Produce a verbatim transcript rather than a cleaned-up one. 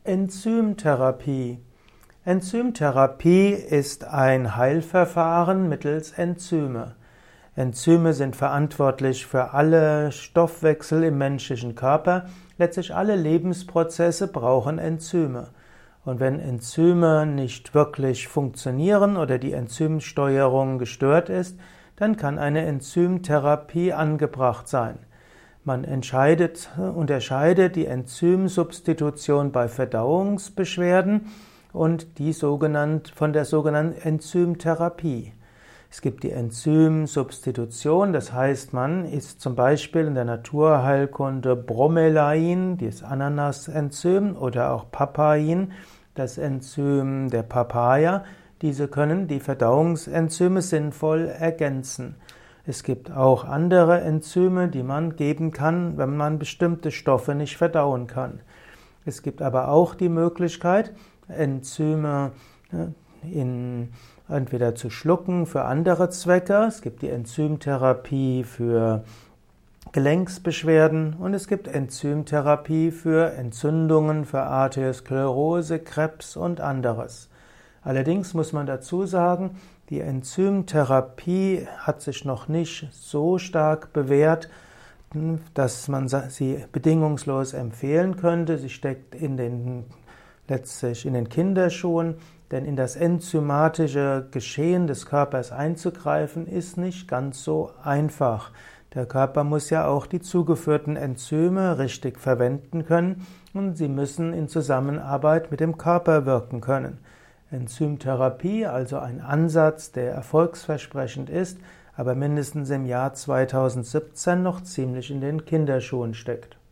Enzymtherapie. Enzymtherapie ist ein Heilverfahren mittels Enzyme. Enzyme sind verantwortlich für alle Stoffwechsel im menschlichen Körper. Letztlich alle Lebensprozesse brauchen Enzyme. Und wenn Enzyme nicht wirklich funktionieren oder die Enzymsteuerung gestört ist, dann kann eine Enzymtherapie angebracht sein. Man entscheidet, unterscheidet die Enzymsubstitution bei Verdauungsbeschwerden und die sogenannte, von der sogenannten Enzymtherapie. Es gibt die Enzymsubstitution, das heißt, man isst zum Beispiel in der Naturheilkunde Bromelain, das Ananasenzym, oder auch Papain, das Enzym der Papaya. Diese können die Verdauungsenzyme sinnvoll ergänzen. Es gibt auch andere Enzyme, die man geben kann, wenn man bestimmte Stoffe nicht verdauen kann. Es gibt aber auch die Möglichkeit, Enzyme in, entweder zu schlucken für andere Zwecke. Es gibt die Enzymtherapie für Gelenksbeschwerden und es gibt Enzymtherapie für Entzündungen, für Arteriosklerose, Krebs und anderes. Allerdings muss man dazu sagen, die Enzymtherapie hat sich noch nicht so stark bewährt, dass man sie bedingungslos empfehlen könnte. Sie steckt in den, letztlich in den Kinderschuhen, denn in das enzymatische Geschehen des Körpers einzugreifen, ist nicht ganz so einfach. Der Körper muss ja auch die zugeführten Enzyme richtig verwenden können und sie müssen in Zusammenarbeit mit dem Körper wirken können. Enzymtherapie, also ein Ansatz, der erfolgsversprechend ist, aber mindestens im Jahr zweitausendsiebzehn noch ziemlich in den Kinderschuhen steckt.